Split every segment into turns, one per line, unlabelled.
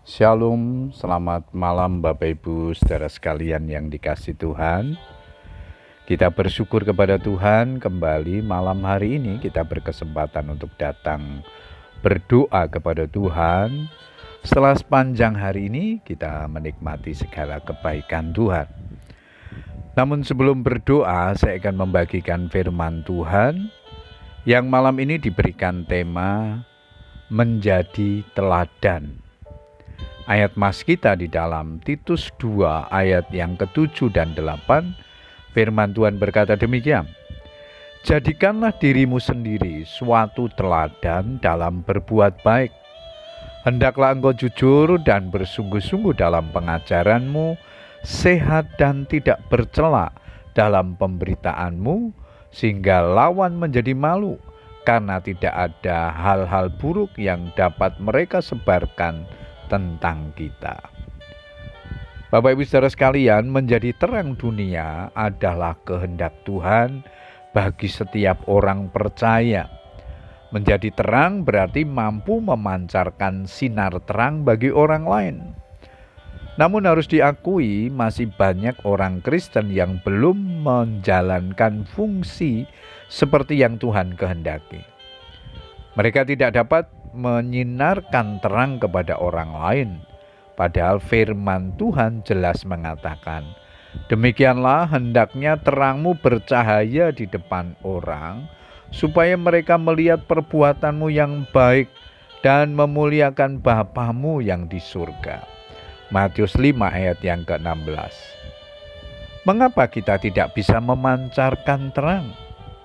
Shalom, selamat malam Bapak Ibu saudara sekalian yang dikasihi Tuhan. Kita bersyukur kepada Tuhan kembali malam hari ini kita berkesempatan untuk datang berdoa kepada Tuhan. Setelah sepanjang hari ini kita menikmati segala kebaikan Tuhan. Namun sebelum berdoa saya akan membagikan firman Tuhan yang malam ini diberikan tema menjadi teladan. Ayat mas kita di dalam Titus 2 ayat yang ke-7 dan 8, firman Tuhan berkata demikian. Jadikanlah dirimu sendiri suatu teladan dalam berbuat baik. Hendaklah engkau jujur dan bersungguh-sungguh dalam pengajaranmu, sehat dan tidak bercela dalam pemberitaanmu, sehingga lawan menjadi malu, karena tidak ada hal-hal buruk yang dapat mereka sebarkan tentang kita. Bapak Ibu saudara sekalian, menjadi terang dunia adalah kehendak Tuhan bagi setiap orang percaya. Menjadi terang berarti mampu memancarkan sinar terang bagi orang lain. Namun harus diakui masih banyak orang Kristen yang belum menjalankan fungsi seperti yang Tuhan kehendaki. Mereka tidak dapat menyinarkan terang kepada orang lain. Padahal firman Tuhan jelas mengatakan, demikianlah hendaknya terangmu bercahaya di depan orang, supaya mereka melihat perbuatanmu yang baik dan memuliakan Bapamu yang di surga. Matius 5 ayat yang ke-16. Mengapa kita tidak bisa memancarkan terang?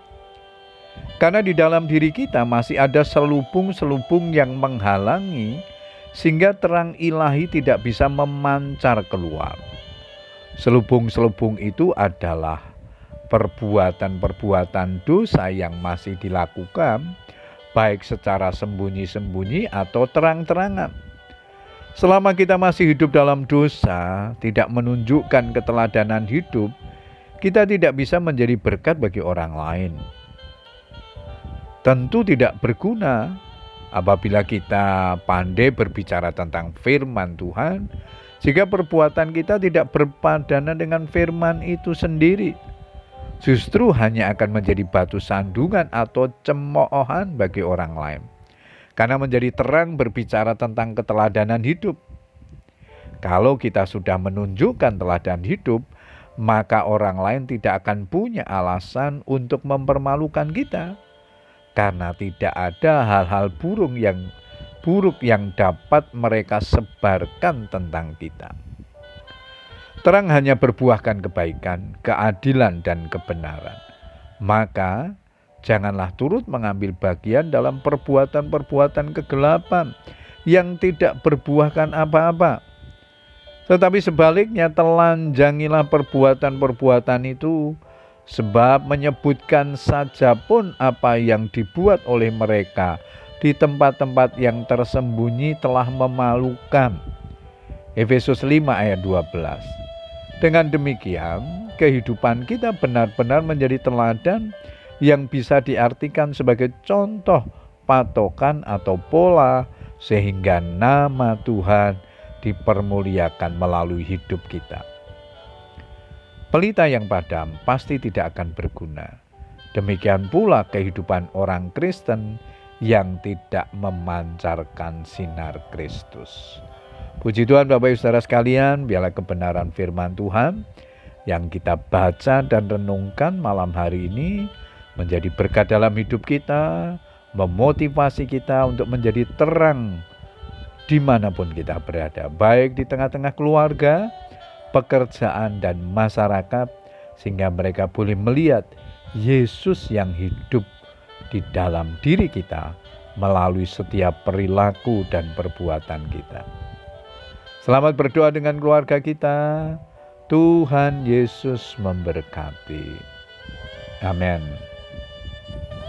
Karena di dalam diri kita masih ada selubung-selubung yang menghalangi sehingga terang ilahi tidak bisa memancar keluar. Selubung-selubung itu adalah perbuatan-perbuatan dosa yang masih dilakukan, baik secara sembunyi-sembunyi atau terang-terangan. Selama kita masih hidup dalam dosa, tidak menunjukkan keteladanan hidup, kita tidak bisa menjadi berkat bagi orang lain. Tentu tidak berguna apabila kita pandai berbicara tentang firman Tuhan, jika perbuatan kita tidak berpadanan dengan firman itu sendiri. Justru hanya akan menjadi batu sandungan atau cemoohan bagi orang lain. Karena menjadi terang berbicara tentang keteladanan hidup. Kalau kita sudah menunjukkan teladan hidup, maka orang lain tidak akan punya alasan untuk mempermalukan kita. Karena tidak ada hal-hal buruk yang dapat mereka sebarkan tentang kita. Terang hanya berbuahkan kebaikan, keadilan, dan kebenaran. Maka janganlah turut mengambil bagian dalam perbuatan-perbuatan kegelapan yang tidak berbuahkan apa-apa. Tetapi sebaliknya telanjangilah perbuatan-perbuatan itu, sebab menyebutkan saja pun apa yang dibuat oleh mereka di tempat-tempat yang tersembunyi telah memalukan. Efesus 5 ayat 12. Dengan demikian, kehidupan kita benar-benar menjadi teladan yang bisa diartikan sebagai contoh, patokan atau pola, sehingga nama Tuhan dipermuliakan melalui hidup kita. Pelita yang padam pasti tidak akan berguna. Demikian pula kehidupan orang Kristen yang tidak memancarkan sinar Kristus. Puji Tuhan Bapak Ibu saudara sekalian, biarlah kebenaran firman Tuhan yang kita baca dan renungkan malam hari ini menjadi berkat dalam hidup kita, memotivasi kita untuk menjadi terang dimanapun kita berada, baik di tengah-tengah keluarga, pekerjaan, dan masyarakat, sehingga mereka boleh melihat Yesus yang hidup di dalam diri kita melalui setiap perilaku dan perbuatan kita. Selamat berdoa dengan keluarga kita. Tuhan Yesus memberkati. Amin.